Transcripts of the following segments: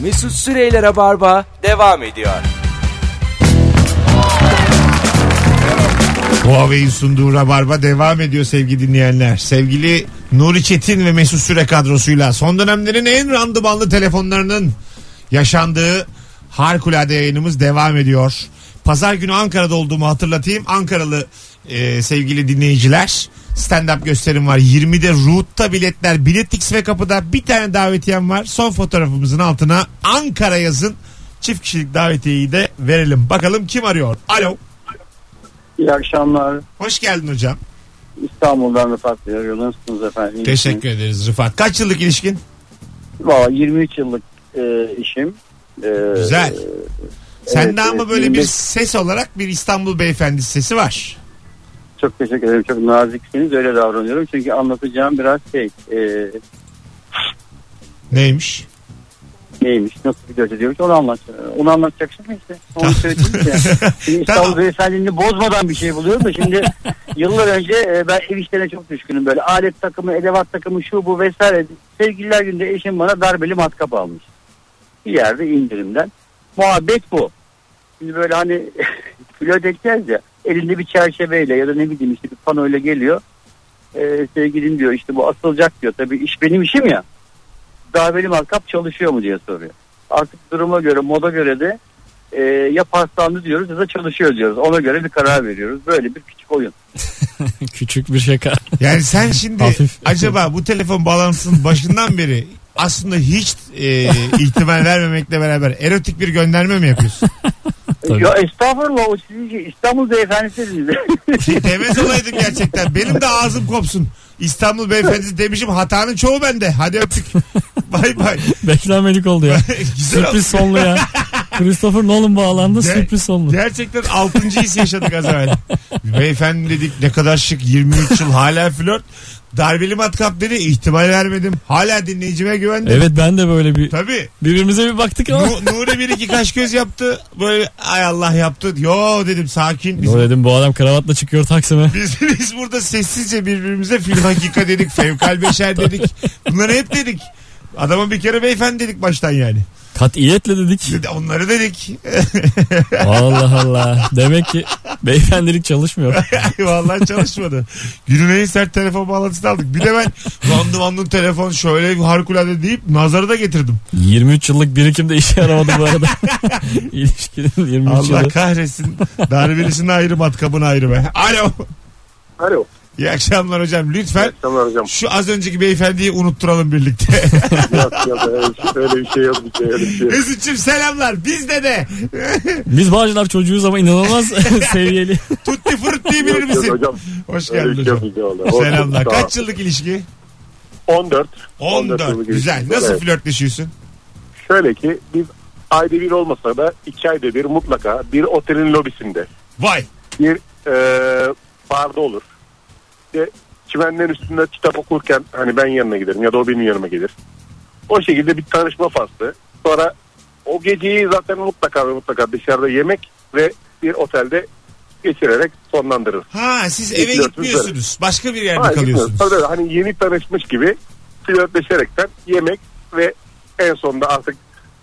Mesut Süreyler'e barba devam ediyor. Huawei'in sunduğu Rabarba devam ediyor sevgili dinleyenler. Sevgili Nuri Çetin ve Mesut Süre kadrosuyla son dönemlerin en randımanlı telefonlarının yaşandığı harikulade yayınımız devam ediyor. Pazar günü Ankara'da olduğumu hatırlatayım. Ankaralı sevgili dinleyiciler, stand-up gösterim var. 20'de Root'ta biletler, Biletix ve kapıda bir tane davetiyem var. Son fotoğrafımızın altına Ankara yazın. Çift kişilik davetiyeyi de verelim. Bakalım kim arıyor? Alo. İyi akşamlar. Hoş geldin hocam. İstanbul'dan Rıfat Bey. Nasılsınız efendim? Teşekkür ederiz Rıfat. Kaç yıllık ilişkin? Valla 23 yıllık işim. Güzel. Sende evet, ama böyle 25... bir ses olarak bir İstanbul beyefendisi sesi var. Çok teşekkür ederim. Çok naziksiniz. Öyle davranıyorum. Çünkü anlatacağım biraz Neymiş? Neymiş? Nasıl bir göz ediyormuş? Onu anlatacaksın işte. Onu söyleyeyim ya. Şimdi İstanbul Tamam. beyefendiliğini bozmadan bir şey buluyorum da şimdi yıllar önce ben ev işlerine çok düşkünüm. Böyle alet takımı, edevat takımı, şu bu vesaire. Sevgililer günde eşim bana darbeli matkap almış. Bir yerde indirimden. Muhabbet bu. Şimdi böyle hani flört edeceğiz ya, elinde bir çerçeveyle ya da ne bileyim işte bir panoyla geliyor. Sevgilim diyor işte bu asılacak diyor. Tabii iş benim işim ya. Darbeli matkap çalışıyor mu diye soruyor. Artık duruma göre, moda göre de ya paslandı diyoruz ya da çalışıyor diyoruz. Ona göre bir karar veriyoruz. Böyle bir küçük oyun. Küçük bir şaka. Yani sen şimdi Hafif. acaba bu telefon bağlantısının başından beri aslında hiç ihtimal vermemekle beraber erotik bir gönderme mi yapıyorsun? Tabii. Ya estağfurullah, o sizin İstanbul beyefendisiniz. Demez olaydım gerçekten. Benim de ağzım kopsun. İstanbul beyefendisi demişim, hatanın çoğu bende. Hadi öptük. Bay bay. Beklenmedik oldu ya. Güzel Sürpriz sonlu ya. Christopher Nolan bağlandı, sürpriz sonlu. Gerçekten 6. his yaşadık az evvel. Beyefendi dedik, ne kadar şık, 23 yıl hala flört. Darbeli matkap dedi, ihtimal vermedim. Hala dinleyicime güvendim. Evet, ben de böyle bir Tabii. birbirimize bir baktık ama. Nuri bir iki kaş göz yaptı. Böyle ay Allah yaptı. Yo dedim, sakin. O dedim, bu adam kravatla çıkıyor Taksim'e. Biz burada sessizce birbirimize fil hakika dedik. Fevkal beşer dedik. Bunları hep dedik. Adama bir kere beyefendi dedik baştan yani. Katiyetle dedik. Onları dedik. Allah Allah. Demek ki beyefendilik çalışmıyor. Vallahi çalışmadı. Günün en sert telefon bağlantısını aldık. Bir de ben randımanlı telefon şöyle harikulade deyip nazarı da getirdim. 23 yıllık birikimde işe yaramadı bu arada. İlişkinin 23 Allah yılı. kahretsin. Darbelisinin ayrı, matkabın ayrı be. Alo. Alo. İyi akşamlar hocam. Lütfen Hocam. şu az önceki beyefendiyi unutturalım birlikte. Yok öyle bir şey yok. Öyle bir şey. Mesut'cum selamlar. Bizde de. Biz Bağcılar çocuğuyuz ama inanılmaz seviyeli. Tutti frutti bilir misin? Hocam. Hoş Öyle geldin bir şey hocam. yok. Selamlar. Tamam. Kaç yıllık ilişki? 14. 14. Güzel. Nasıl Evet. flörtleşiyorsun? Şöyle ki biz ayda bir olmasa da 2 ayda bir mutlaka bir otelin lobisinde Vay. bir barda olur. İşte çimenlerin üstünde kitap okurken hani ben yanına giderim ya da o benim yanıma gelir. O şekilde bir tanışma faslı. Sonra o geceyi zaten mutlaka dışarıda yemek ve bir otelde geçirerek sonlandırırız. Ha, siz eve Flörtümüz gitmiyorsunuz. Başka bir yerde Hayır, kalıyorsunuz. tabii, hani yeni tanışmış gibi flörtleşerekten yemek ve en sonunda artık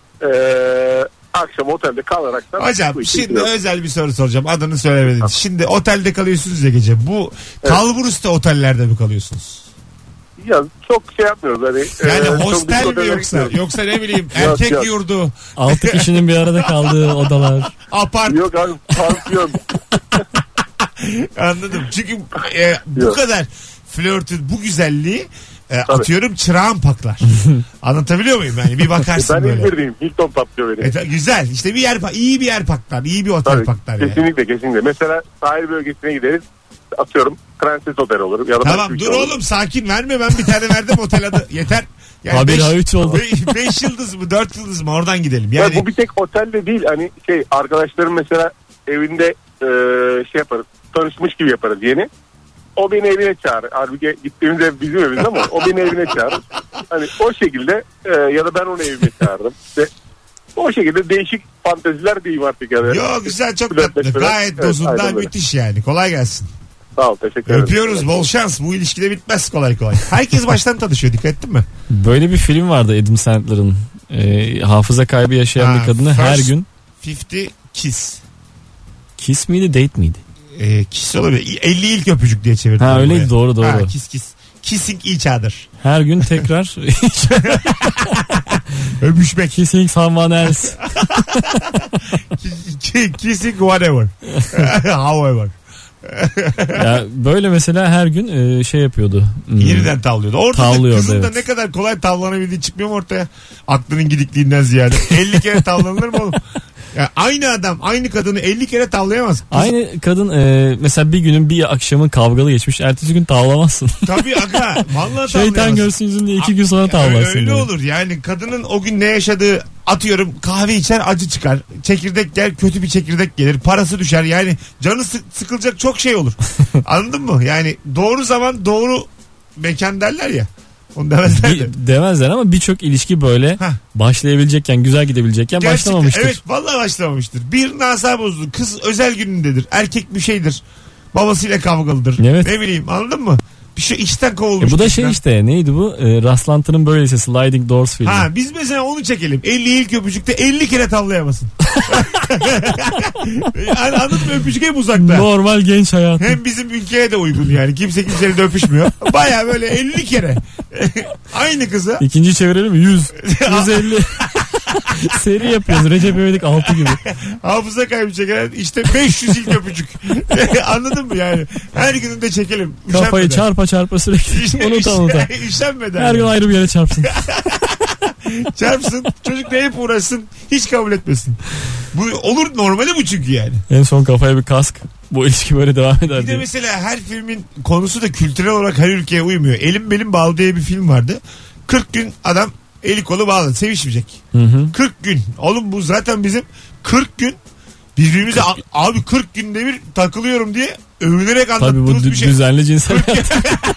akşam otelde kalaraktan. Hocam şimdi özel bir soru soracağım. Adını söylemediniz. Tamam. Şimdi otelde kalıyorsunuz ya gece. Bu kalburüste otellerde mi kalıyorsunuz? Ya çok şey yapmıyoruz hani. Yani hostel mi yoksa? Gitmiyoruz. Yoksa ne bileyim erkek yok. yurdu. 6 kişinin bir arada kaldığı odalar. Apart. Yok abi, pansiyon. Anladım. Çünkü bu Yok. kadar flörtün bu güzelliği atıyorum çırağın paklar. Anlatabiliyor muyum? Yani bir bakarsın Ben böyle. İzmir'deyim. Hilton patlıyor beni. Güzel. İşte bir yer, iyi bir yer paklar. İyi bir otel Tabii, paklar yani. kesinlikle. Mesela sahil bölgesine gideriz. Atıyorum Prenses Otel olur. Ya da Tamam dur oğlum, sakin verme, ben bir tane verdim otel adı. Yeter. Yani Haberi Ha3 oldu. 5 yıldız mı 4 yıldız mı, oradan gidelim. Yani... Yani Ya bu bir tek otelde değil, hani arkadaşlarım mesela evinde yaparız, tanışmış gibi yaparız yeni. O beni evine çağırır. Halbuki gittiğimiz ev bizim evimiz ama o beni evine çağırır. Hani o şekilde ya da ben onu evime çağırırım. İşte o şekilde değişik fanteziler diyeyim artık. Yani. Yo güzel, çok tatlı. Gayet dozunda müthiş yani. Kolay gelsin. Sağ ol, teşekkür ederim. Öpüyoruz, bol şans. Bu ilişkide bitmez kolay kolay. Herkes baştan tanışıyor, dikkat ettin mi? Böyle bir film vardı Adam Sandler'ın. Hafıza kaybı yaşayan bir kadını her gün 50 kiss. Kiss miydi, date miydi? Kiss olabilir. 50 ilk öpücük diye çevirdim. Ha öyleydi, doğru. Ha, kiss. Kissing each other. Her gün tekrar Öpüşmek. kissing someone else. Kissing whatever. However. Ya böyle mesela her gün şey yapıyordu. Yeniden tavlıyordu. Orada Tavlıyordu, kızın da evet. ne kadar kolay tavlanabildiği çıkmıyor mu ortaya? Aklının gidikliğinden ziyade. 50 kere tavlanılır mı oğlum? Yani aynı adam aynı kadını 50 kere tavlayamaz. Kız... Aynı kadın mesela bir günün bir akşamın kavgalı geçmiş. Ertesi gün tavlamazsın. Tabii aga. Vallahi Şeytan tavlayamaz. görsün yüzünde 2 gün sonra tavlarsın. Öyle yani. olur yani kadının o gün ne yaşadığı, atıyorum kahve içer acı çıkar. Çekirdek yer kötü bir çekirdek gelir. Parası düşer yani canı sıkılacak çok şey olur. Anladın mı? Yani doğru zaman doğru mekan derler ya. Onu demezler de. Demezler ama birçok ilişki böyle başlayabilecekken, güzel gidebilecekken Gerçekten, başlamamıştır. evet vallahi başlamamıştır. Bir nasa bozuldu. Kız özel günündedir. Erkek bir şeydir. Babasıyla kavgalıdır. Evet. Ne bileyim anladın mı? Bir şey işten kovulmuş. Bu da şey işte neydi bu? Rastlantının böylesi Sliding Doors filmi. Ha biz mesela onu çekelim. 50 ilk öpücükte 50 kere tavlayamasın. Yani anladın mı, öpücük hep uzakta. Normal genç hayatı. Hem bizim ülkeye de uygun yani. Kimse kimseyle de öpüşmüyor. Baya böyle 50 kere. Aynı kıza. İkinci çevirelim mi? 100. 150. Seri yapıyoruz. Recep İvedik 6 gibi. Hafıza kaybı çeken işte 500 ilk öpücük. Anladın mı yani? Her gününde çekelim. Kafayı Üşenmeden. çarpa sürekli. Unuta. Üşenmeden. Her gün ayrı bir yere çarpsın. Çarpsın. Çocuk da hep uğraşsın. Hiç kabul etmesin. Bu olur, normali bu çünkü yani. En son kafaya bir kask. Bu ilişki böyle devam eder Bir diye. de mesela her filmin konusu da kültürel olarak her ülkeye uymuyor. Elim belim bağlı diye bir film vardı. 40 gün adam eli kolu bağlı. Sevişmeyecek. 40 gün. Oğlum bu zaten bizim 40 gün birbirimize abi 40 günde bir takılıyorum diye övünerek Tabii bu anlattığımız bir şey. düzenli cinsel hayat.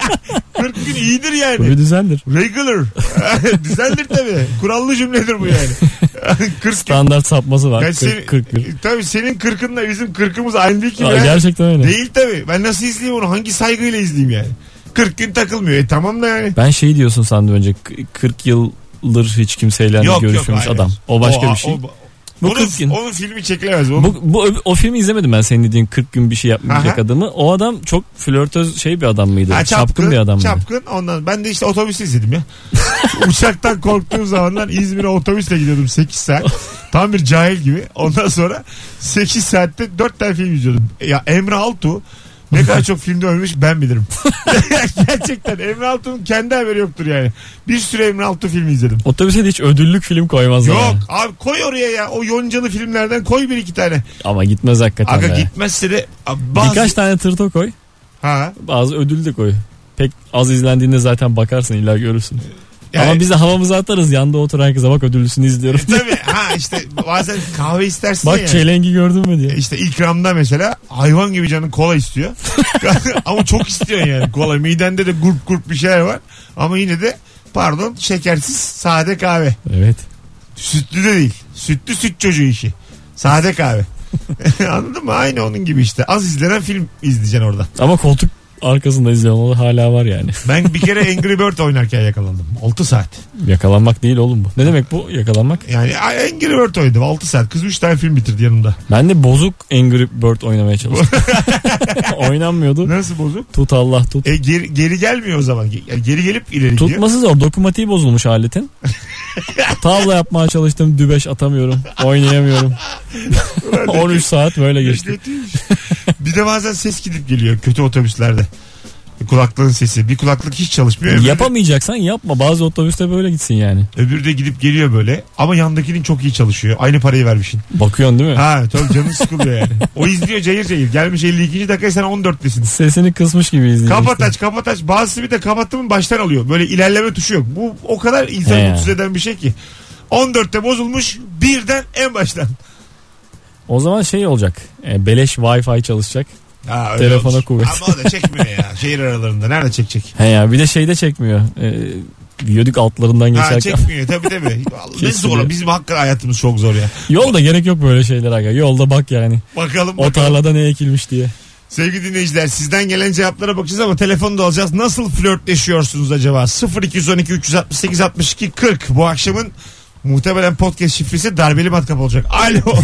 40 gün iyidir yani. Bu bir düzendir. Regular. Düzendir tabii. Kurallı cümledir bu yani. 40 gün. Standart sapması var. Ben 41. Tabii senin 40'ınla bizim 40'ımız aynı değil ki. Aa, ya. gerçekten öyle. Değil tabii. Ben nasıl izleyeyim onu? Hangi saygıyla izleyeyim yani? 40 gün takılmıyor. Tamam da yani. Ben şey diyorsun sandım önce. 40 yıldır hiç kimseyle görüşmemiş hayır. adam. O başka bir şey. Bu 40 gün. Onun filmi çekilemez. O filmi izlemedim ben, senin dediğin 40 gün bir şey yapmayacak adamı. O adam çok flörtöz bir adam mıydı? Çapkın bir adam mıydı? Çapkın. Ondan ben de işte otobüsle izledim ya. Uçaktan korktuğum zamanlar İzmir'e otobüsle gidiyordum 8 saat. Tam bir cahil gibi. Ondan sonra 8 saatte 4 tane film izliyordum. Ya Emre Altuğ ne kadar çok filmde ölmüş ben bilirim. Gerçekten Emre Altuğ'un kendi haberi yoktur yani. Bir sürü Emre Altuğ filmi izledim. Otobüse de hiç ödüllük film koymazlar. Yok abi, koy oraya ya. O yoncalı filmlerden koy 1-2 tane. Ama gitmez hakikaten. Aga be. gitmezse de Birkaç tane tırto koy. Bazı ödül de koy. Pek az izlendiğinde zaten bakarsın, illa görürsün. Yani, ama biz de havamızı atarız. Yanda oturan kıza bak ödüllüsünü izliyorum. Tabii işte bazen kahve istersin bak ya. çelengi gördün mü diye. İşte ikramda mesela hayvan gibi canın kola istiyor. Ama çok istiyorsun yani kola. Midende de gurp gurp bir şeyler var. Ama yine de şekersiz sade kahve. Evet. Sütlü de değil. Sütlü süt çocuğu işi. Sade kahve. Anladın mı? Aynı onun gibi işte. Az izlenen film izleyeceksin orada. Ama koltuk arkasında izliyorum. O hala var yani. Ben bir kere Angry Bird oynarken yakalandım. 6 saat. Yakalanmak değil oğlum bu. Ne demek bu yakalanmak? Yani Angry Bird oynadım 6 saat. Kız 3 tane film bitirdi yanımda. Ben de bozuk Angry Bird oynamaya çalıştım. Oynanmıyordu. Nasıl bozuk? Tut Allah tut. Geri gelmiyor o zaman. Yani geri gelip ileri gidiyor. Tutması zor. Dokunmatiği bozulmuş aletin. Tavla yapmaya çalıştım. Dübeş atamıyorum. Oynayamıyorum. 13 saat böyle geçti. Bir de bazen ses gidip geliyor kötü otobüslerde. Kulaklığın sesi. Bir kulaklık hiç çalışmıyor. Yapamayacaksan yapma. Bazı otobüste böyle gitsin yani. Öbürü de gidip geliyor böyle. Ama yandakinin çok iyi çalışıyor. Aynı parayı vermişsin. Bakıyorsun değil mi? Ha tabii canın sıkılıyor yani. O izliyor cayır cayır. Gelmiş 52. dakika sen 14'tesin. Sesini kısmış gibi izliyor. Kapat aç. Bazısı bir de kapattı mı baştan alıyor. Böyle ilerleme tuşu yok. Bu o kadar insanı mutsuz eden bir şey ki. 14'te bozulmuş birden en baştan. O zaman olacak. Beleş Wi-Fi çalışacak. Telefona kuvvet. Ama o da çekmiyor ya. Şehir aralarında. Nerede çekecek? He ya, bir de şeyde çekmiyor. Viyadük altlarından geçerken. Çekmiyor tabii. Ne zor. Bizim hakikaten hayatımız çok zor ya. Yolda gerek yok böyle şeyler aga. Yolda bak yani. Bakalım. O tarlada ne ekilmiş diye. Sevgili dinleyiciler, sizden gelen cevaplara bakacağız ama telefonu da alacağız. Nasıl flörtleşiyorsunuz acaba? 0212 368 62 40 bu akşamın Muhtemelen podcast şifresi darbeli matkap olacak. Alo.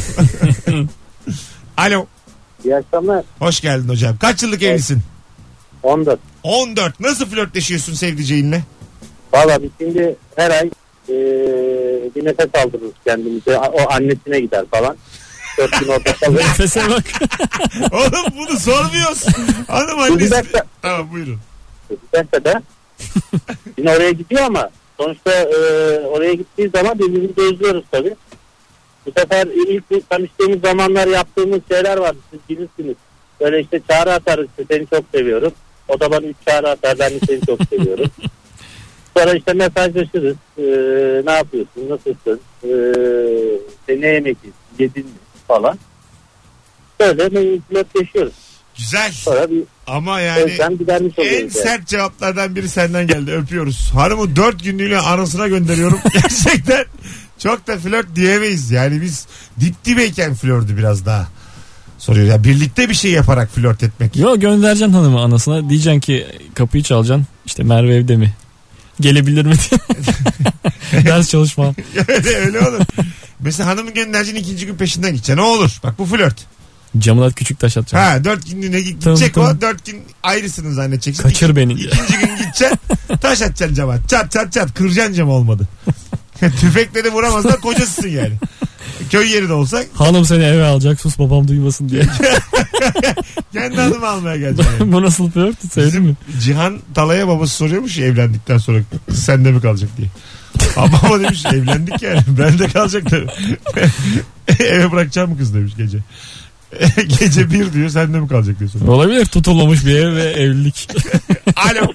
Alo. İyi akşamlar. Hoş geldin hocam. Kaç yıllık evlisin? 14. 14. Nasıl flörtleşiyorsun sevdiceğinle? Valla biz şimdi her ay bir nefes aldırırız kendimize. O annesine gider falan. 4 gün orada kalır. Nefese bak. Oğlum bunu sormuyoruz. Hanım annesi. Tamam buyurun. De yine oraya gidiyor ama sonuçta oraya gittiği zaman birbirimizi özlüyoruz tabii. Bu sefer ilk tanıştığımız zamanlar yaptığımız şeyler var. Siz bilirsiniz. Böyle işte çağrı atarız. Seni çok seviyorum. O da bana 3 çağrı atar. Ben de seni çok seviyorum. Sonra işte mesajlaşırız. Ne yapıyorsun? Nasılsın? Ne yemek yedin mi? Falan. Böyle flörtleşiyoruz. Güzel. Sonra bir ama yani en sert cevaplardan biri senden geldi. Öpüyoruz. Hanımı 4 günlüğüne anasına gönderiyorum. Gerçekten çok da flört diyemeyiz. Yani biz dip dibeyken flörtü biraz daha soruyor. Ya birlikte bir şey yaparak flört etmek. Yok, göndereceksin hanımı anasına. Diyeceksin ki kapıyı çalacaksın. İşte Merve evde mi? Gelebilir mi diye. Ders çalışmam. Öyle olur. Mesela hanımı göndereceksin, ikinci gün peşinden gideceksin. Ne olur? Bak bu flört. Camına küçük taş atacaksın. 4 günlüğüne gidecek tamam. O 4 gün ayrısınız zannedeceksin. Kaçır beni. İkinci gün gideceksin. Taş atacaksın cama. Çat çat çat. Kıracaksın cam olmadı. Tüfekleri vuramazlar, kocasısın yani. Köy yeri de olsak. Hanım seni eve alacak, sus babam duymasın diye. Kendi hanımı almaya geleceksin yani. Bu nasıl flört? Sevdin mi? Cihan Talay'a babası soruyormuş ya evlendikten sonra kız sende mi kalacak diye. Baba demiş evlendik yani. Ben de kalacak tabii. Eve bırakacağım mı kız demiş gece. Gece 1 diyor, sende mi kalacak diyor sonra. Olabilir, tutulmamış bir ev ve evlilik. Alo.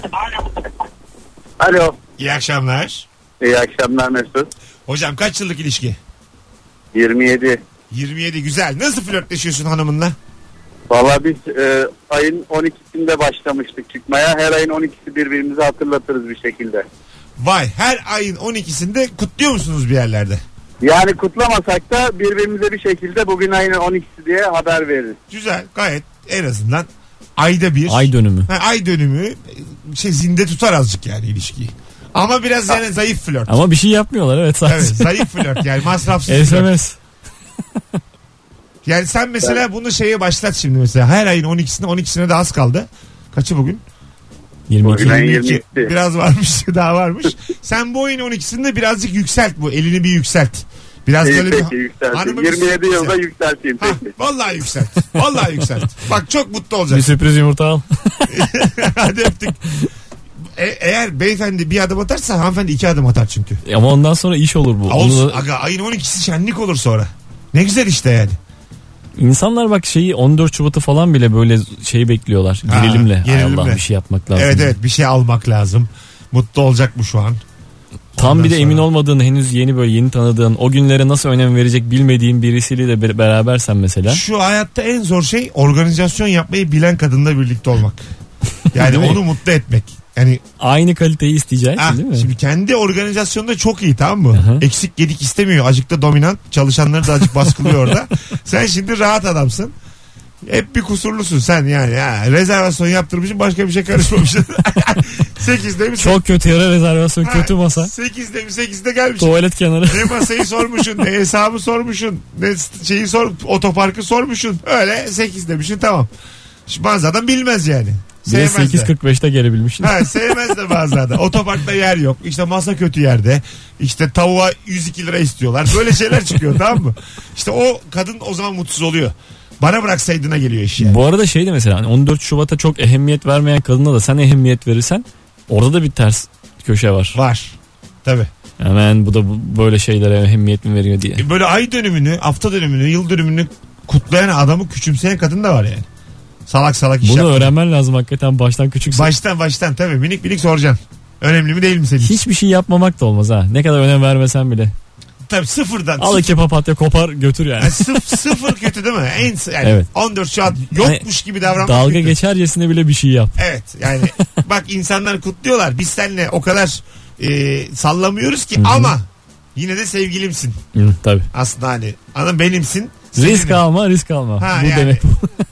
Alo. İyi akşamlar. İyi akşamlar Mesut. Hocam kaç yıllık ilişki? 27. 27, güzel. Nasıl flörtleşiyorsun hanımınla? Valla biz ayın 12'sinde başlamıştık çıkmaya. Her ayın 12'si birbirimizi hatırlatırız bir şekilde. Vay, her ayın 12'sinde kutluyor musunuz bir yerlerde? Yani kutlamasak da birbirimize bir şekilde bugün ayın 12'si diye haber veririz. Güzel, gayet en azından ayda bir. Ay dönümü. Ay dönümü zinde tutar azıcık yani ilişkiyi. Ama biraz yani zayıf flört. Ama bir şey yapmıyorlar evet sadece. Evet, zayıf flört yani masrafsız flört. SMS. Yani sen mesela bunu şeye başlat şimdi mesela. Her ayın 12'sine de az kaldı. Kaçı bugün? 22. Biraz varmış, daha varmış. Sen bu ayın 12'sinde birazcık yükselt bu. Elini bir yükselt. Biraz İyi, böyle peki, bir yükselteyim. 27 yılda yükselteyim peki. Vallahi yükselt. Vallahi yükselt. Bak çok mutlu Bir olacaksın. sürpriz yumurta al. Hadi öptük. Eğer beyefendi bir adım atarsa hanımefendi 2 adım atar çünkü. Ama ondan sonra iş olur bu. Olsun Da... aga, ayın 12'si şenlik olur sonra. Ne güzel işte yani. İnsanlar bak 14 Şubat'ı falan bile böyle bekliyorlar. Gerilimle. Ay Allah, bir şey yapmak lazım. Evet bir şey almak lazım. Mutlu olacak bu şu an. Tam bir de emin olmadığın, henüz yeni tanıdığın, o günlere nasıl önem verecek bilmediğin birisiyle de berabersen mesela. Şu hayatta en zor şey organizasyon yapmayı bilen kadınla birlikte olmak. Yani onu mutlu etmek. Yani aynı kaliteyi isteyeceksin değil mi? Şimdi kendi organizasyonda çok iyi, tamam mı? Aha. Eksik gedik istemiyor. Azıcık da dominant. Çalışanları da azıcık baskılıyor orada. Sen şimdi rahat adamsın. Hep bir kusurlusun sen yani. Rezervasyon yaptırmışsın, başka bir şey karışmamışsın. 8'de mi? Çok kötü yere rezervasyon, kötü masa. 8'de mi? 8'de gelmişsin. Tuvalet kenarı. Ne masayı sormuşsun, ne hesabı sormuşsun, ne otoparkı sormuşsun. Öyle 8 demişsin, tamam. Şimdi bazı adam bilmez yani. Bir de 8.45'te gelebilmişsin. Sevmez de bazı adam. Otoparkta yer yok. İşte masa kötü yerde. İşte tavuğa 102 lira istiyorlar. Böyle şeyler çıkıyor, tamam mı? İşte o kadın o zaman mutsuz oluyor. Bana bıraksaydına geliyor iş yani. Bu arada de mesela 14 Şubat'a çok ehemmiyet vermeyen kadına da sen ehemmiyet verirsen orada da bir ters köşe var. Var. Tabii. Hemen bu da böyle şeylere ehemmiyet mi veriyor diye. Böyle ay dönümünü, hafta dönümünü, yıl dönümünü kutlayan adamı küçümseyen kadın da var yani. Salak iş bunu yapıyor. öğrenmen lazım hakikaten baştan küçükse. Baştan tabii minik soracaksın. Önemli mi değil mi senin? Hiçbir şey yapmamak da olmaz ha. Ne kadar önem vermesen bile. Tabii sıfırdan. Al iki papatya kopar götür yani. Sıfır kötü değil mi? Yani evet. 14 Şubat yokmuş gibi davranmak. Dalga kötü. Geçercesine bile bir şey yap. Evet yani bak insanlar kutluyorlar. Biz seninle o kadar sallamıyoruz ki ama yine de sevgilimsin. Tabii. Aslında hani anam benimsin. Risk alma. Bu yani, demek bu.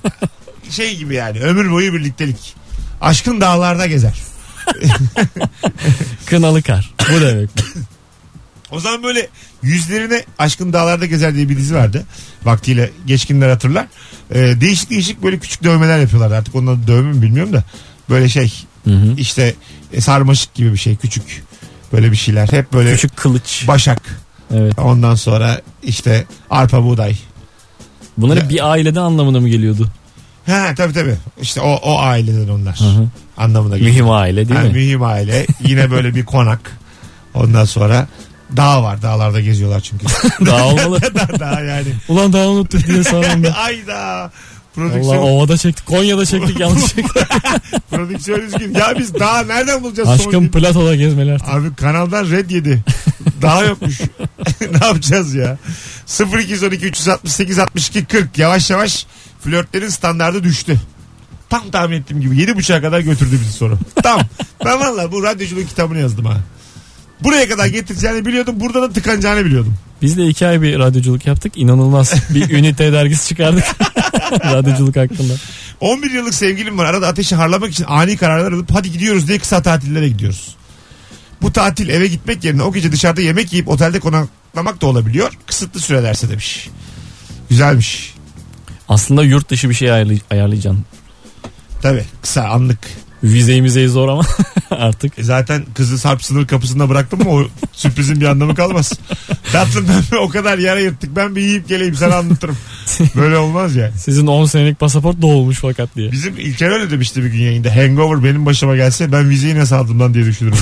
Şey gibi yani ömür boyu birliktelik. Aşkın dağlarda gezer. Kınalı kar. Bu demek bu. O zaman böyle yüzlerine Aşkın Dağlarda Gezer diye bir dizi vardı. Vaktiyle geçkinler hatırlar. Değişik değişik böyle küçük dövmeler yapıyorlardı. Artık onun adı dövme mi bilmiyorum da. Böyle şey işte sarmaşık gibi bir şey, küçük böyle bir şeyler. Hep böyle küçük kılıç. Başak. Evet. Ondan sonra işte arpa buğday. Bunlar bir aileden anlamına mı geliyordu? Ha tabii. İşte o aileden onlar. Anlamına geliyor. Mühim aile değil mi? Mühim aile. Yine böyle bir konak. Ondan sonra dağ var. Dağlarda geziyorlar çünkü. Dağ olmalı. Dağ yani. Ulan dağ unuttuk diye sonra. Ayda. Allah ovada çektik. Konya'da çektik yanlış çektik. Prodüksiyon üzgün. Ya biz dağ nereden bulacağız? Aşkın platoda gezmeler. Abi kanaldan red yedi. Dağ yokmuş. Ne yapacağız ya? 0212 368 62 40 yavaş yavaş flörtlerin standardı düştü. Tam tahmin ettiğim gibi 7.30'a kadar götürdü bizi soru. Tam. Ben valla bu radyoculuk kitabını yazdım ha. Buraya kadar getireceğini biliyordum. Burada da tıkanacağını biliyordum. Biz de 2 ay bir radyoculuk yaptık. İnanılmaz. Bir ünite dergisi çıkardık. Radyoculuk hakkında. 11 yıllık sevgilim var. Arada ateşi harlamak için ani kararlar alıp hadi gidiyoruz diye kısa tatillere gidiyoruz. Bu tatil eve gitmek yerine o gece dışarıda yemek yiyip otelde konaklamak da olabiliyor. Kısıtlı sürelerse demiş. Güzelmiş. Aslında yurt dışı bir şey ayarlayacaksın. Tabii kısa anlık. Vizeyi zor ama artık. Zaten kızı Sarp sınır kapısında bıraktım mı o sürprizin bir anlamı kalmaz. Tatlım ben o kadar yara yırttık, ben bir yiyip geleyim sana anlatırım. Böyle olmaz yani. Sizin 10 senelik pasaport dolmuş fakat diye. Bizim İlker öyle demişti bir gün yayında. Hangover benim başıma gelse ben vizeyi nasıl aldım lan diye düşünürüm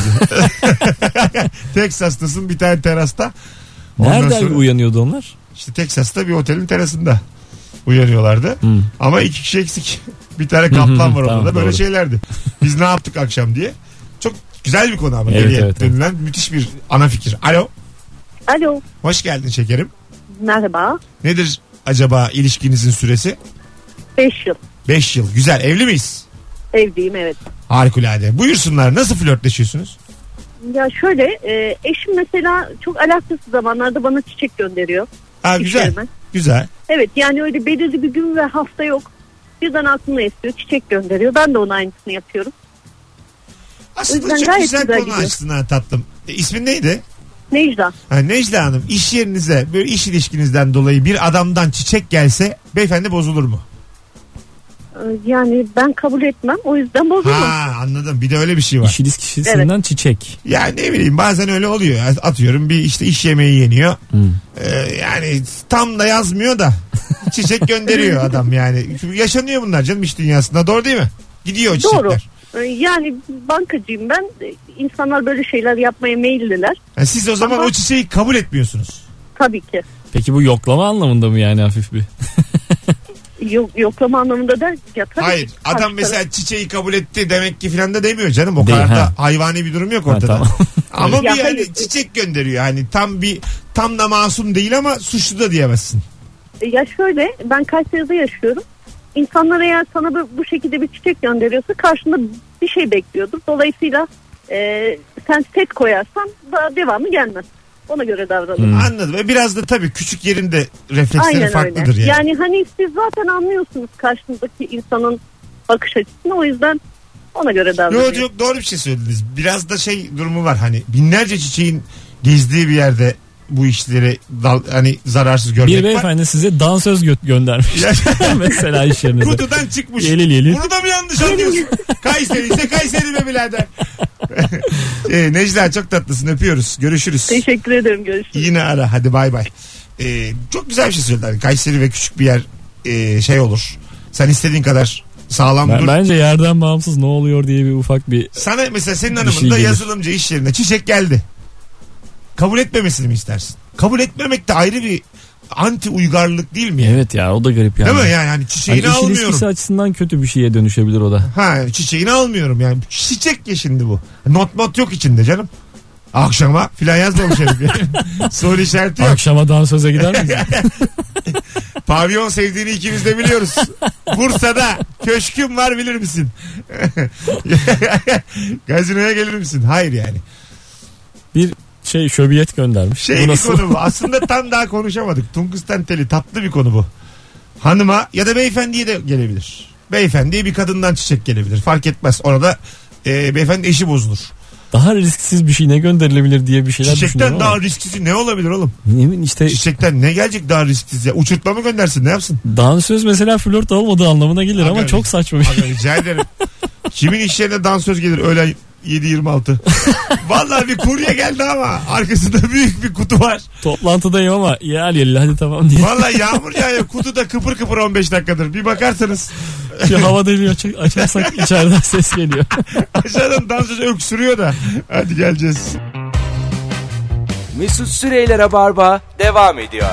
diye. Texas'tasın bir tane terasta. Nerede uyanıyordu onlar? İşte Texas'ta bir otelin terasında uyanıyorlardı. Ama 2 kişi eksik. Bir tane kaplan var orada da böyle şeylerdi. Biz ne yaptık akşam diye. Çok güzel bir konu ama. Evet. Dönülen müthiş bir ana fikir. Alo. Alo. Hoş geldin şekerim. Merhaba. Nedir acaba ilişkinizin süresi? 5 yıl. 5 yıl. Güzel. Evli miyiz? Evliyim evet. Harikulade. Buyursunlar. Nasıl flörtleşiyorsunuz? Ya şöyle eşim mesela çok alakasız zamanlarda bana çiçek gönderiyor. Güzel. İşlerime. Güzel. Evet yani öyle belirli bir gün ve hafta yok. Birden aklına esiyor, çiçek gönderiyor. Ben de ona aynısını yapıyorum. Aslında çok güzel konu açtın ha tatlım. İsmin neydi? Necla. Necla Hanım, iş yerinize böyle iş ilişkinizden dolayı bir adamdan çiçek gelse beyefendi bozulur mu? Yani ben kabul etmem, o yüzden bozulmam. Anladım, bir de öyle bir şey var. İş ilişkisinden evet. Çiçek. Yani ne bileyim bazen öyle oluyor. Atıyorum bir işte iş yemeği yeniyor. Yani tam da yazmıyor da çiçek gönderiyor adam yani. Yaşanıyor bunlar canım iş dünyasında, doğru değil mi? Gidiyor o çiçekler. Doğru. Yani bankacıyım ben. İnsanlar böyle şeyler yapmaya meyilliler. Yani siz o zaman o çiçeği kabul etmiyorsunuz. Tabii ki. Peki bu yoklama anlamında mı yani hafif bir? Yoklama anlamında da ya tabii. Hayır adam mesela çiçeği kabul etti demek ki filan da demiyor canım. O kadar da hayvani bir durum yok ortada. Tamam. Ama bir yani çiçek gönderiyor. Hani tam da masum değil ama suçlu da diyemezsin. Ya şöyle ben Kayseri'de yaşıyorum. İnsanlar eğer sana bu şekilde bir çiçek gönderiyorsa karşında bir şey bekliyordur. Dolayısıyla sen set koyarsan da devamı gelmez. Ona göre davranın. Anladım. Ve biraz da tabii küçük yerinde refleksleri aynen farklıdır öyle. yani. Yani hani siz zaten anlıyorsunuz karşınızdaki insanın bakış açısını, o yüzden ona göre davranın. Yok doğru bir şey söylediniz. Biraz da şey durumu var, hani binlerce çiçeğin gezdiği bir yerde bu işleri hani zararsız görmek var. Bir beyefendi size dansöz göndermiş. Mesela iş yerinize. Kutudan çıkmış. Yelil. Bunu da mı yanlış anlıyorsun? Kayseri ise Kayseri be birader. Necla çok tatlısın, öpüyoruz. Görüşürüz. Teşekkür ederim, görüşürüz. Yine ara hadi bay bay. Çok güzel bir şey söyledi. Kayseri ve küçük bir yer şey olur. Sen istediğin kadar sağlam dur. Bence yerden bağımsız ne oluyor diye bir ufak bir... Sana mesela senin hanımın da yazılımcı iş yerine çiçek geldi. Kabul etmemesini mi istersin? Kabul etmemek de ayrı bir anti uygarlık değil mi? Evet ya, o da garip yani. Değil mi yani hani çiçeğini hani almıyorum. İş ilişkisi açısından kötü bir şeye dönüşebilir o da. Çiçeğini almıyorum yani. Çiçek ya şimdi bu. Not yok içinde canım. Akşama filan yazmamış herif yani. Soru işareti yok. Akşama dansöze gider miyiz? Pavyon sevdiğini ikimiz de biliyoruz. Bursa'da köşküm var, bilir misin? Gazinoya gelir misin? Hayır yani. Bir şöbiyet göndermiş. Bir konu bu. Aslında tam daha konuşamadık. Tungsten teli tatlı bir konu bu. Hanıma ya da beyefendiye de gelebilir. Beyefendiye bir kadından çiçek gelebilir. Fark etmez. Orada beyefendi eşi bozulur. Daha risksiz bir şey ne gönderilebilir diye bir şeyler düşünüyorum. Çiçekten daha risksiz ne olabilir oğlum? İşte çiçekten ne gelecek daha risksiz ya? Uçurtma mı göndersin, ne yapsın? dansöz mesela flört olmadığı anlamına gelir ama çok saçma bir şey. Rica ederim. Kimin iş yerine dansöz gelir öğlen 7.26. Vallahi bir kurye geldi ama arkasında büyük bir kutu var. Toplantıdayım ama gel hadi tamam diye. Vallahi yağmur yağıyor, kutuda kıpır kıpır 15 dakikadır. Bir bakarsanız. Bir hava deliği açarsak içeriden ses geliyor. Aşağıdan dansöz öksürüyor da. Hadi geleceğiz. Mesut Süreyler'e barba devam ediyor.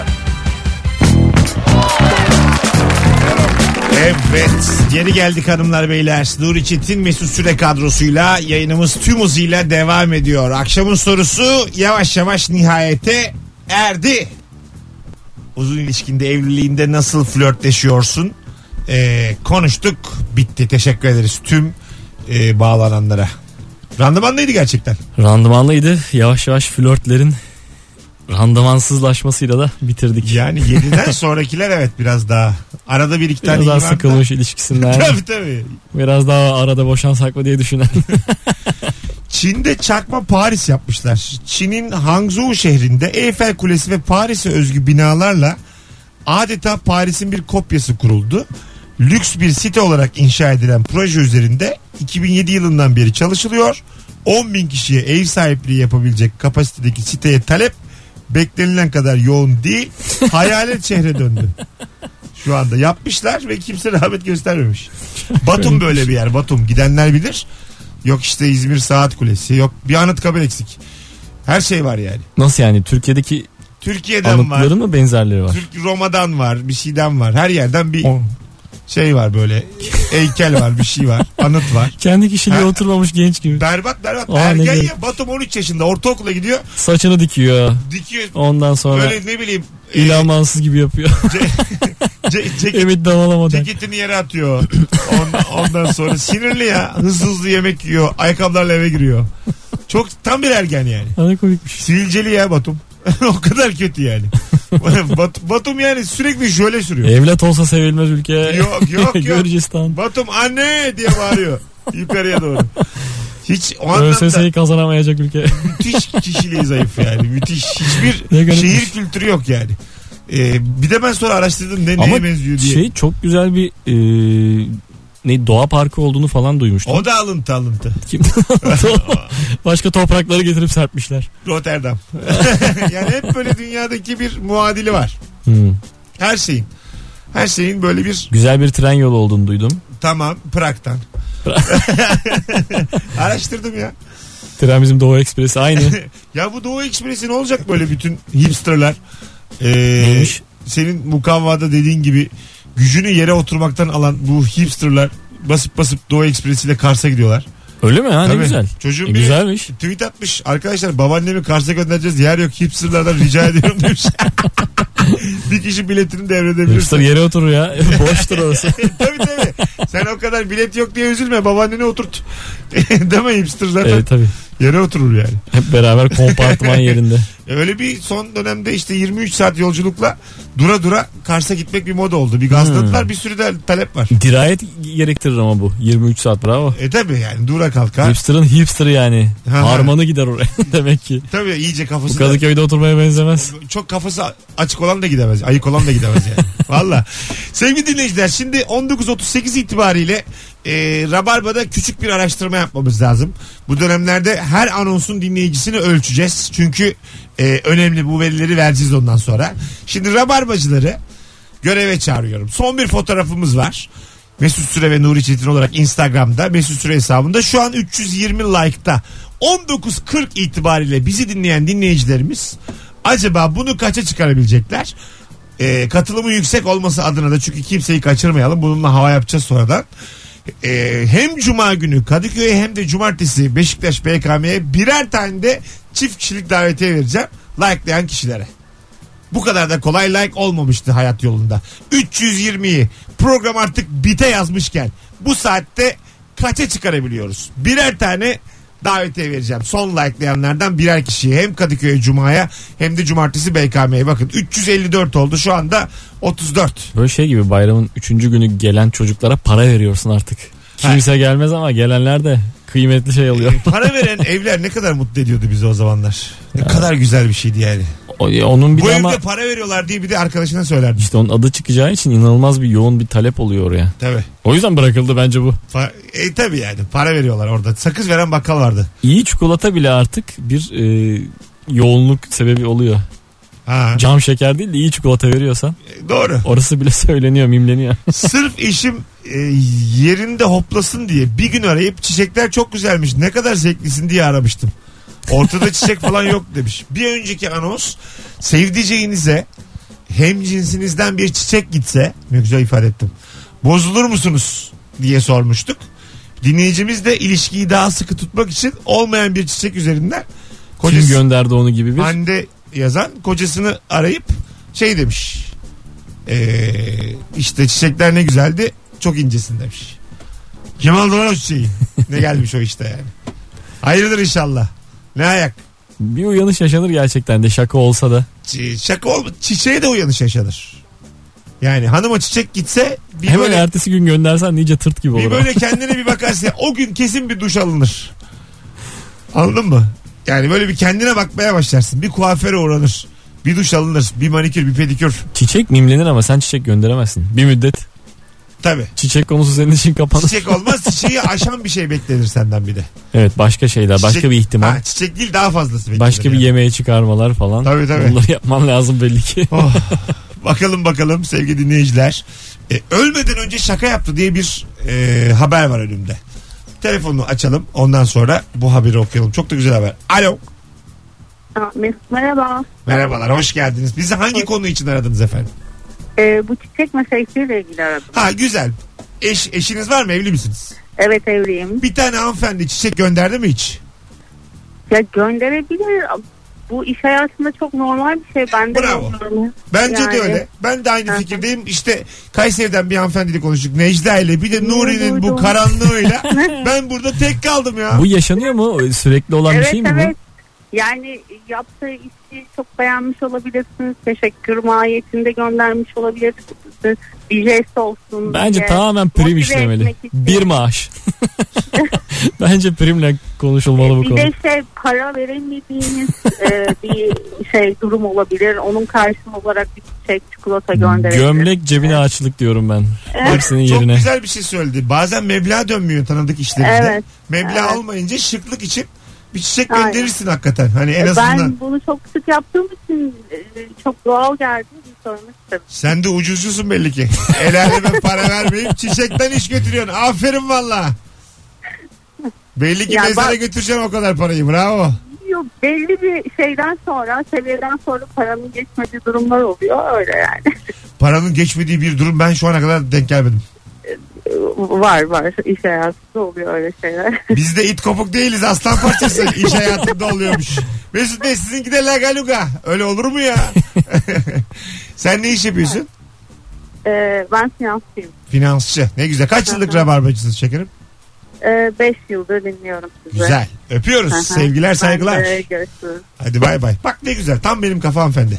Evet, geri geldik hanımlar beyler. Nuri Çetin Mesut Süre kadrosuyla yayınımız tüm hızıyla devam ediyor. Akşamın sorusu yavaş yavaş nihayete erdi. Uzun ilişkinde, evliliğinde nasıl flörtleşiyorsun? Konuştuk, bitti. Teşekkür ederiz tüm bağlananlara. Randımanlıydı gerçekten. Randımanlıydı. Yavaş yavaş flörtlerin randımansızlaşmasıyla da bitirdik. Yani 7'den sonrakiler evet biraz daha. Arada bir iki tane biraz daha sıkılmış ilişkisinden. Tabii. Biraz daha arada boşansak mı diye düşünen. Çin'de çakma Paris yapmışlar. Çin'in Hangzhou şehrinde Eyfel Kulesi ve Paris'e özgü binalarla adeta Paris'in bir kopyası kuruldu. Lüks bir site olarak inşa edilen proje üzerinde 2007 yılından beri çalışılıyor. 10.000 kişiye ev sahipliği yapabilecek kapasitedeki siteye talep beklenilen kadar yoğun değil. Hayalet şehre döndü. Şu anda yapmışlar ve kimse rağbet göstermemiş. Batum böyle bir yer. Batum gidenler bilir. Yok işte İzmir Saat Kulesi. Yok bir Anıtkabir eksik. Her şey var yani. Nasıl yani? Türkiye'den anıtları var. Mı benzerleri var? Roma'dan var. Bir şeyden var. Her yerden bir şey var böyle. Heykel var. Bir şey var. Anıt var. Kendi kişiliği oturmamış genç gibi. Berbat. Ergen ya. Batum 13 yaşında. Ortaokula gidiyor. Saçını dikiyor. Ondan sonra. Böyle ne bileyim. İlhan Mansız gibi yapıyor. Ümit Davala ceketini yere atıyor. Ondan sonra sinirli ya. Hızlı yemek yiyor. Ayakkabılarla eve giriyor. Çok tam bir ergen yani. Ana komikmiş. Sivilceli ya Batum. O kadar kötü yani. Batum yani sürekli jöle sürüyor. Evlat olsa sevilmez ülke. Yok. Gürcistan. Batum anne diye bağırıyor. Yukarıya doğru. Hiç o ÖSS'yi kazanamayacak ülke. Müthiş kişiliği zayıf yani. Müthiş. Hiçbir şehir kültürü yok yani. Bir de ben sonra araştırdım neye benziyor diye. Çok güzel bir doğa parkı olduğunu falan duymuştum. O da alıntı. Kim? Başka toprakları getirip serpmişler. Rotterdam. Yani hep böyle dünyadaki bir muadili var. Her şeyin böyle bir... Güzel bir tren yolu olduğunu duydum. Tamam, Prag'dan. Araştırdım ya. Tren bizim Doğu Ekspresi aynı. Ya bu Doğu Ekspresi ne olacak böyle bütün hipsterlar? Neymiş? Senin mukavvada dediğin gibi gücünü yere oturmaktan alan bu hipsterlar basıp Doğu Ekspresi ile Kars'a gidiyorlar. Öyle mi? Ne güzel. Çocuğun güzelmiş. Tweet atmış. Arkadaşlar babaannemi Kars'a göndereceğiz. Yer yok, hipsterlardan rica ediyorum demiş. Bir kişi biletini devredebilirsin. Hipster yere oturur ya. Boştur orası. Tabii. Sen o kadar bilet yok diye üzülme. Babaanneni oturt. Değil mi hipster zaten? Evet tabii. Yere oturur yani. Hep beraber kompartıman yerinde. Öyle bir son dönemde işte 23 saat yolculukla dura Kars'a gitmek bir moda oldu. Bir gazladılar, bir sürü de talep var. Dirayet gerektirir ama bu. 23 saat bravo. Tabii yani dura kalka. Hipster'ın hipster'ı yani. Harmanı gider oraya demek ki. Tabii iyice kafası. Bu Kadıköy'de oturmaya benzemez. Çok kafası açık olan da gidemez. Ayık olan da gidemez yani. Valla. Sevgili dinleyiciler, şimdi 19.38 itibariyle Rabarba'da küçük bir araştırma yapmamız lazım. Bu dönemlerde her anonsun dinleyicisini ölçeceğiz. Çünkü önemli, bu verileri vereceğiz ondan sonra. Şimdi Rabarbacıları göreve çağırıyorum. Son bir fotoğrafımız var. Mesut Süre ve Nuri Çetin olarak Instagram'da Mesut Süre hesabında şu an 320 like'ta. 19.40 itibariyle bizi dinleyen dinleyicilerimiz acaba bunu kaça çıkarabilecekler? Katılımı yüksek olması adına da, çünkü kimseyi kaçırmayalım. Bununla hava yapacağız sonradan. Hem cuma günü Kadıköy'e hem de cumartesi Beşiktaş BKM'ye birer tane de çift kişilik davetiye vereceğim likelayan kişilere. Bu kadar da kolay like olmamıştı hayat yolunda. 320'yi program artık bite yazmışken bu saatte kaça çıkarabiliyoruz? Birer tane davetiye vereceğim. Son likelayanlardan birer kişiye, hem Kadıköy'e cumaya hem de cumartesi BKM'ye. Bakın 354 oldu, şu anda 34. Böyle şey gibi, bayramın 3. günü gelen çocuklara para veriyorsun artık. Kimse gelmez ama gelenler de kıymetli şey alıyor. Para veren evler ne kadar mutlu ediyordu bizi o zamanlar. Ne kadar güzel bir şeydi yani. Onun bir bu de evde ama para veriyorlar diye bir de arkadaşına söylerdi. İşte onun adı çıkacağı için inanılmaz bir yoğun bir talep oluyor oraya. Tabii. O yüzden bırakıldı bence bu. Tabii yani para veriyorlar orada. Sakız veren bakkal vardı. İyi çikolata bile artık bir yoğunluk sebebi oluyor. Ha. Cam şeker değil de iyi çikolata veriyorsan. Doğru. Orası bile söyleniyor, mimleniyor. Sırf eşim yerinde hoplasın diye bir gün arayıp çiçekler çok güzelmiş, ne kadar zevklisin diye aramıştım. Ortada çiçek falan yok demiş. Bir önceki anons, sevdiceğinize hem cinsinizden bir çiçek gitse, ne güzel ifade ettim, bozulur musunuz diye sormuştuk. Dinleyicimiz de ilişkiyi daha sıkı tutmak için olmayan bir çiçek üzerinden kim gönderdi onu gibi bir Hande yazan kocasını arayıp şey demiş, işte çiçekler ne güzeldi, çok incesin demiş. Kim aldı lan o çiçeği? Ne gelmiş o işte yani. Hayırdır inşallah. Ne ayak? Bir uyanış yaşanır gerçekten de, şaka olsa da. Şaka olma. Çiçeğe de uyanış yaşanır. Yani hanıma çiçek gitse bir hemen böyle, ertesi gün göndersen iyice tırt gibi olur. Bir böyle kendine bir bakarsın, o gün kesin bir duş alınır. Anladın mı? Yani böyle bir kendine bakmaya başlarsın. Bir kuaföre uğranır. Bir duş alınır. Bir manikür, bir pedikür. Çiçek mimlenir ama sen çiçek gönderemezsin. Bir müddet. Tabii. Çiçek konusu senin için kapanır. Çiçek olmaz. Çiçeği aşan bir şey beklenir senden bir de. Evet, başka şeyler, Çiçek, başka bir ihtimal. Ha, çiçek değil, daha fazlası beklenir. Başka bir yemeğe çıkarmalar falan. Tabii. Bunları yapman lazım belli ki. Oh. Bakalım sevgili dinleyiciler. Ölmeden önce şaka yaptı diye bir haber var önümde. Telefonunu açalım, ondan sonra bu haberi okuyalım. Çok da güzel haber. Alo. Merhaba. Merhabalar, hoş geldiniz. Bizi hangi konu için aradınız efendim? Bu çiçek meselesiyle ilgili aradım. Ha, güzel. Eşiniz var mı? Evli misiniz? Evet, evliyim. Bir tane hanımefendi çiçek gönderdi mi hiç? Ya gönderebilir. Bu iş hayatında çok normal bir şey. Ben de Bravo. normal. Bence Yani. de öyle. Ben de aynı fikirdeyim. İşte Kayseri'den bir hanımefendiyle konuştuk. Necla ile, bir de Nuri'nin bu karanlığıyla ben burada tek kaldım ya. Bu yaşanıyor mu? Sürekli olan bir şey mi bu? Evet. Yani yaptığı işi çok beğenmiş olabilirsiniz. Teşekkür mahiyetinde göndermiş olabilirsiniz. Bir jest olsun. Bence diye. tamamen prim işlemeli. Bir maaş. Bence primle konuşulmalı bu konu. Bir de para veremediğiniz bir durum olabilir. Onun karşılığı olarak bir çiçek, çikolata gönderebilir. Gömlek cebine açlık diyorum ben. Hepsinin Çok yerine. güzel bir şey söyledi. Bazen meblağ dönmüyor tanıdık işlerimizde. Evet. Meblağ olmayınca şıklık için bir çiçek gönderirsin hakikaten. Hani en azından. Ben bunu çok sık yaptığım için çok doğal geldi. Bir sormak istedim. Sen de ucuzcusun belli ki. El aleme para vermeyip çiçekten iş götürüyorsun. Aferin valla. Belli ki Ya mezara götüreceksin o kadar parayı. Bravo. Yok, belli bir seviyeden sonra paranın geçmediği durumlar oluyor. Öyle yani. Paranın geçmediği bir durum ben şu ana kadar denk gelmedim. Var. İş hayatında oluyor öyle şeyler. Biz de it kopuk değiliz, aslan parçası. İş hayatında oluyormuş. Mesut Bey, sizinki de lagaluga. Öyle olur mu ya? Sen ne iş yapıyorsun? Ben finansçıyım. Finansçı. Ne güzel. Kaç yıllık rabarbacısınız şekerim? 5 yıldır dinliyorum sizi. Güzel. Öpüyoruz. Sevgiler, saygılar. Görüşürüz. Hadi bay bay. Bak ne güzel. Tam benim kafa hanımefendi.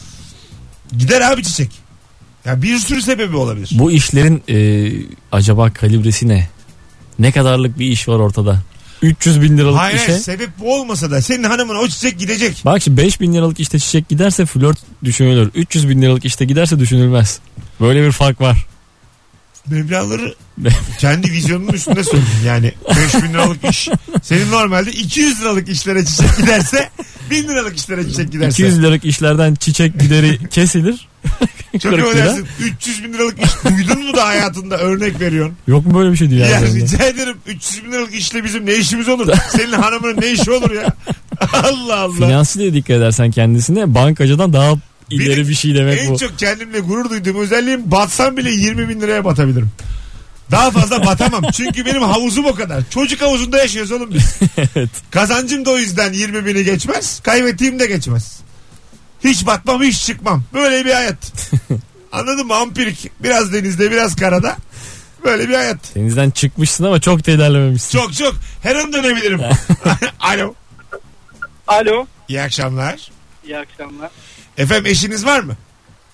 Gider abi çiçek. Ya bir sürü sebebi olabilir. Bu işlerin acaba kalibresi ne? Ne kadarlık bir iş var ortada? 300 bin liralık Hayır, işe. sebep bu olmasa da senin hanımın o çiçek gidecek. Bak şimdi 5 bin liralık işte çiçek giderse flört düşünülür. 300 bin liralık işte giderse düşünülmez. Böyle bir fark var. Meblağları kendi vizyonunun üstünde söyledin. Yani 5 bin liralık iş. Senin normalde 200 liralık işlere çiçek giderse 1000 liralık işlere çiçek giderse. 200 liralık işlerden çiçek gideri kesilir. Çok ödersin. 300 bin liralık iş duydun mu da hayatında, örnek veriyorsun. Yok mu böyle bir şey diyor. Ya rica ederim, 300 bin liralık işle bizim ne işimiz olur? Senin hanımının ne işi olur ya? Allah Allah. Finansı diye dikkat edersen kendisine, bankacıdan daha ileri bir şey demek en bu. çok kendimle gurur duyduğum özelliğim, batsam bile 20 bin liraya batabilirim. Daha fazla batamam. Çünkü benim havuzum o kadar. Çocuk havuzunda yaşıyoruz oğlum biz. Evet. Kazancım da o yüzden 20 bini geçmez. Kaybettiğim de geçmez. Hiç batmam, hiç çıkmam. Böyle bir hayat. Anladın mı? Ampirik. Biraz denizde, biraz karada. Böyle bir hayat. Denizden çıkmışsın ama çok da ilerlememişsin. Çok. Her an dönebilirim. Alo. Alo. İyi akşamlar. İyi akşamlar. Efendim, eşiniz var mı?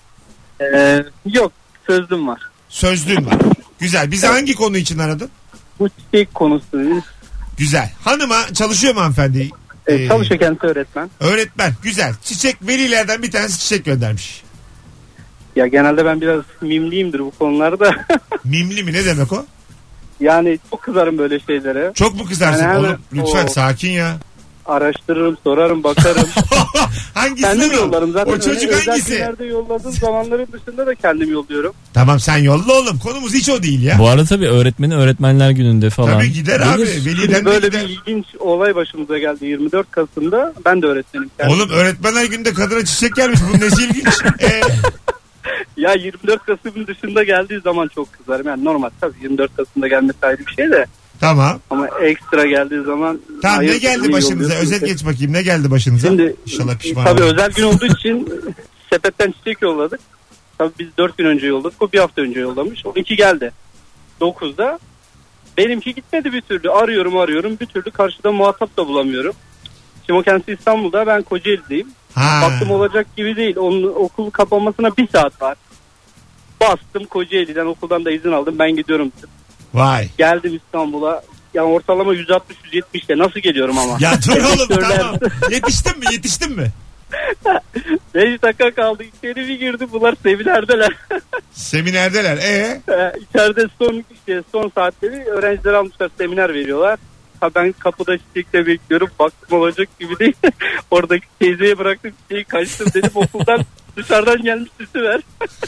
Yok, sözlüm var. Sözlüğün var. Güzel. Bizi hangi konu için aradın? Bu çiçek konusu. Güzel. Hanıma çalışıyor mu hanımefendi? Çalışıyor, kendisi öğretmen. Öğretmen. Güzel. Çiçek, velilerden bir tanesi çiçek göndermiş. Ya genelde ben biraz mimliyimdir bu konularda. Mimli mi, ne demek o? Yani çok kızarım böyle şeylere. Çok mu kızarsın? Yani Oğlum lütfen sakin ya. Araştırırım, sorarım, bakarım. Hangisini Kendim yollarım zaten. O çocuk hangisi? Özel yolladığım zamanların dışında da kendim yolluyorum. Tamam sen yolla oğlum. Konumuz hiç o değil ya. Bu arada tabii öğretmeni Öğretmenler Günü'nde falan. Tabii gider abi. Veliden böyle gider. bir ilginç olay başımıza geldi 24 Kasım'da. Ben de öğretmenim. Kendim. Oğlum Öğretmenler Günü'nde kadına çiçek gelmiş. Bunun nesi ilginç? Ya 24 Kasım'ın dışında geldiği zaman çok kızarım. Yani normal tabii 24 Kasım'da gelmesi ayrı bir şey de. Tamam. Ama ekstra geldiği zaman... Tamam, ne geldi başınıza? Özet geç bakayım, ne geldi başınıza? Şimdi İnşallah pişman tabii olmam. özel gün olduğu için sepetten çiçek yolladık. Tabii biz 4 gün önce yolladık. O bir hafta önce yollamış. Onunki geldi. 9'da. Benimki gitmedi bir türlü. Arıyorum. Bir türlü karşıda muhatap da bulamıyorum. Şimdi o kendisi İstanbul'da. Ben Kocaeli'deyim. Baktım olacak gibi değil. Onun okul kapanmasına 1 saat var. Bastım Kocaeli'den, okuldan da izin aldım. Ben gidiyorum. Vay. Geldim İstanbul'a. Yani ortalama 160-170'te. Nasıl geliyorum ama? Ya dur oğlum tamam. Yetiştin mi? 5 dakika kaldı. İçeri bir girdi. Bunlar seminerdeler. Seminerdeler. İçeride son saatleri öğrencileri almışlar. Seminer veriyorlar. Ben kapıda çiçekle bekliyorum. Baktım olacak gibi değil. Oradaki teyzeye bıraktım çiçeği, kaçtım dedim okuldan. Dışarıdan gelmiş süsü ver.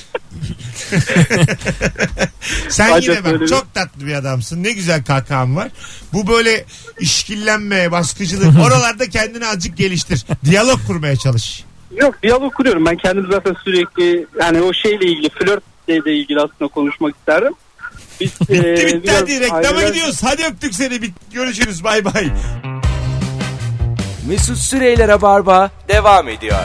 Sen Acaba yine bak çok tatlı bir adamsın. Ne güzel kahkahan var. Bu böyle işkillenme, baskıcılık oralarda kendini azıcık geliştir. Diyalog kurmaya çalış. Yok, diyalog kuruyorum. Ben kendim zaten sürekli yani o şeyle ilgili, flörtle de ilgili aslında konuşmak isterim. Biz, bitti hadi reklama gidiyoruz. Hadi öptük seni. Görüşürüz. Bay bay. Mesut Süreyler'e barba devam ediyor.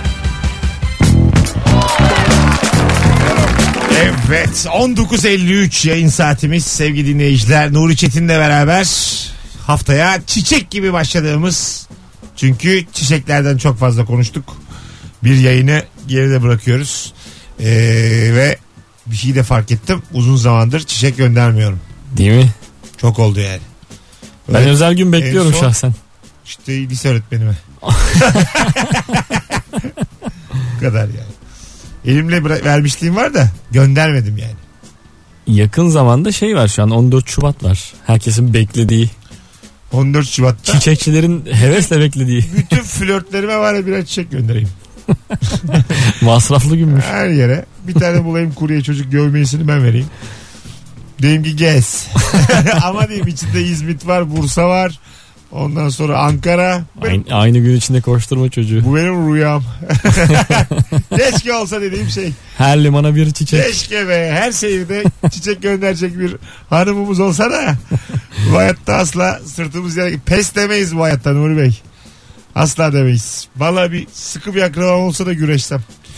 Evet 19.53 yayın saatimiz sevgili dinleyiciler. Nuri Çetin'le beraber haftaya çiçek gibi başladığımız, çünkü çiçeklerden çok fazla konuştuk, bir yayını geride bırakıyoruz. Ve bir şey de fark ettim, uzun zamandır çiçek göndermiyorum. Değil mi? Çok oldu yani. Ben öyle, özel gün bekliyorum son, şahsen. İşte lise öğretmenime. Bu kadar yani. Elimle vermişliğim var da göndermedim yani. Yakın zamanda şey var şu an, 14 Şubat var. Herkesin beklediği. 14 Şubat'ta. Çiçekçilerin hevesle beklediği. Bütün flörtlerime var ya birer çiçek göndereyim. Masraflı günmüş. Her yere bir tane bulayım, kurye çocuk gövmesini ben vereyim. Diyeyim ki gez. Ama diyeyim içinde İzmit var, Bursa var. Ondan sonra Ankara. Aynı gün içinde koşturma çocuğu. Bu benim rüyam. Keşke olsa dediğim şey. Her limana bir çiçek. Keşke be. Her şehirde çiçek gönderecek bir hanımımız olsa da bu hayatta asla sırtımız yere pes demeyiz bu hayatta Nuri Bey. Asla demeyiz. Vallahi bir sıkı bir akrabam olsa da güreşsem.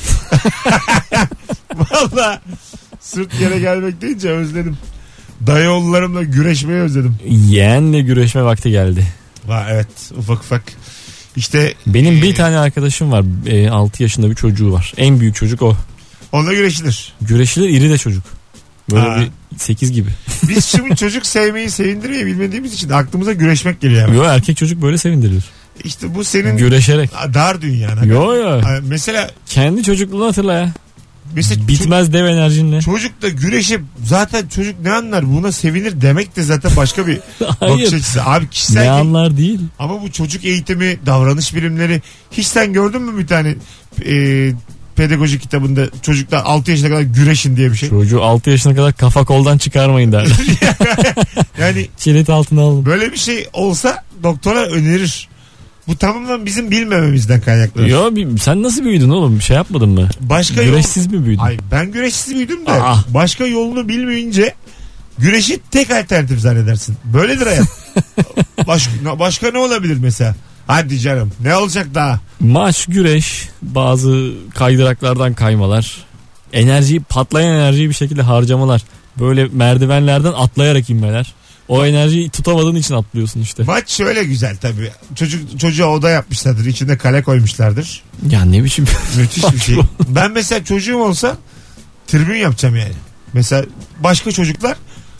Vallahi sırt yere gelmek deyince özledim. Dayıoğullarımla güreşmeyi özledim. Yeğenle güreşme vakti geldi. Evet, ufak ufak. İşte benim bir tane arkadaşım var. 6 yaşında bir çocuğu var. En büyük çocuk o. Onunla güreşilir. Güreşilir, iri de çocuk. Böyle bir 8 gibi. Biz şimdi çocuk sevmeyi, sevindirmeyi bilmediğimiz için aklımıza güreşmek geliyor. Yani. Yo, erkek çocuk böyle sevindirilir. İşte bu senin güreşerek. Dar dünyana. Yo. Mesela kendi çocukluğunu hatırla ya. Mesela bitmez dev enerjinle. Çocuk da güreşip zaten çocuk ne anlar, buna sevinir demek de zaten başka bir bakış açısı. Abi kişisel ne anlar değil. Ama bu çocuk eğitimi, davranış bilimleri, hiç sen gördün mü bir tane pedagojik kitabında çocuklar 6 yaşına kadar güreşin diye bir şey? Çocuğu 6 yaşına kadar kafa koldan çıkarmayın derler. Yani çelet altına alın. Böyle bir şey olsa doktora önerir. Bu tamamen bizim bilmememizden kaynaklanıyor. Yo, sen nasıl büyüdün oğlum? Bir şey yapmadın mı? Güreşsiz mi büyüdün? Ay, ben güreşsiz büyüdüm de başka yolunu bilmeyince güreşi tek alternatif zannedersin. Böyledir hayat. Başka ne olabilir mesela? Hadi canım, ne olacak daha? Maç, güreş, bazı kaydıraklardan kaymalar, patlayan enerjiyi bir şekilde harcamalar. Böyle merdivenlerden atlayarak inmeler. O enerjiyi tutamadığın için atlıyorsun işte. Maç şöyle güzel tabii. Çocuğa oda yapmışlardır. İçinde kale koymuşlardır. Ya ne biçim. Müthiş bir şey. Ben mesela çocuğum olsa tribün yapacağım yani. Mesela başka çocuklar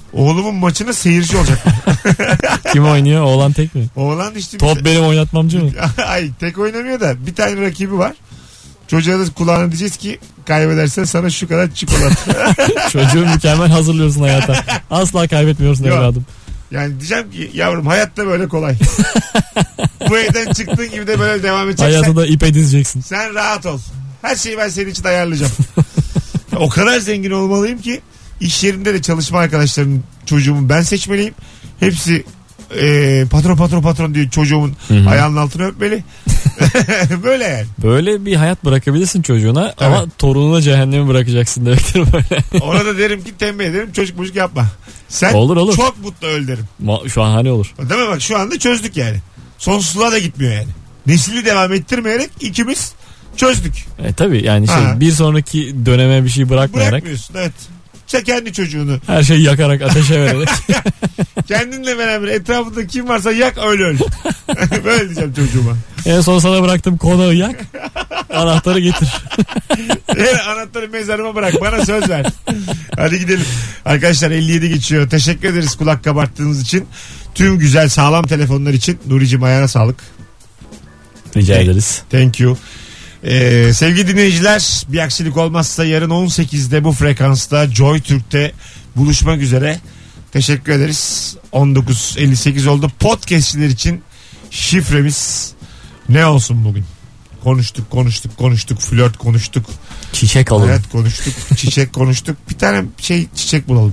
Oğlumun maçına seyirci olacak. Kim oynuyor? Oğlan tek mi? Oğlan işte. Top benim oynatmamcı mı? Ay tek oynamıyor da bir tane rakibi var. Çocuğa da kulağına diyeceğiz ki kaybedersen sana şu kadar çikolata. Çocuğu mükemmel hazırlıyorsun hayata. Asla kaybetmiyorsun Yok. evladım. Yani diyeceğim ki yavrum hayatta böyle kolay. Bu evden çıktığın gibi de böyle devam edeceksin. Hayatı da ipe dizeceksin. Sen rahat ol. Her şeyi ben senin için ayarlayacağım. O kadar zengin olmalıyım ki iş yerinde de çalışma arkadaşlarımın çocuğumu ben seçmeliyim. Hepsi patron diyor çocuğumun ayağının altına öpmeli. Böyle yani. Böyle bir hayat bırakabilirsin çocuğuna ama torununa cehennemi bırakacaksın demektir böyle. Ona da derim ki tembih ederim çocuk yapma. Sen Olur. çok mutlu öl derim. Şu an hani olur. Değil mi bak şu anda çözdük yani. Sonsuzluğa da gitmiyor yani. Nesili devam ettirmeyerek ikimiz çözdük. Tabii yani bir sonraki döneme bir şey bırakmayarak. Bırakmıyorsun evet. Sen kendi çocuğunu. Her şeyi yakarak ateşe vererek. Kendinle beraber etrafında kim varsa yak öl. Böyle diyeceğim çocuğuma. En son sana bıraktım konağı yak. Anahtarı getir. Anahtarı mezarıma bırak. Bana söz ver. Hadi gidelim. Arkadaşlar 57 geçiyor. Teşekkür ederiz kulak kabarttığınız için. Tüm güzel sağlam telefonlar için. Nuri'cim ayağına sağlık. Rica ederiz. Thank you. Sevgili dinleyiciler bir aksilik olmazsa yarın 18'de bu frekansta Joy Türk'te buluşmak üzere. Teşekkür ederiz. 19.58 oldu. Podcastçiler için şifremiz ne olsun bugün? Konuştuk. Flört konuştuk. Çiçek alalım. Hayat konuştuk. Çiçek konuştuk. Bir tane çiçek bulalım.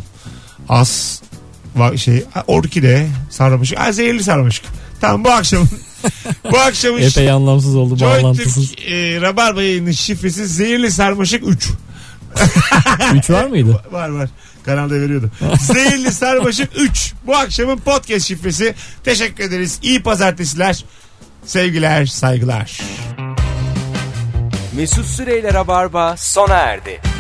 Orkide sarmaşık. Zehirli sarmaşık. Tamam bu akşam epey anlamsız oldu bağlantısız. Joy Türk Rabarba yayının şifresi zehirli sarmaşık 3. 3 var mıydı? Var. Kanalda veriyordu. Zehirli sarmaşık 3. Bu akşamın podcast şifresi. Teşekkür ederiz. İyi pazartesiler. Sevgiler, saygılar. Mesut Süreyler'e barba sona erdi.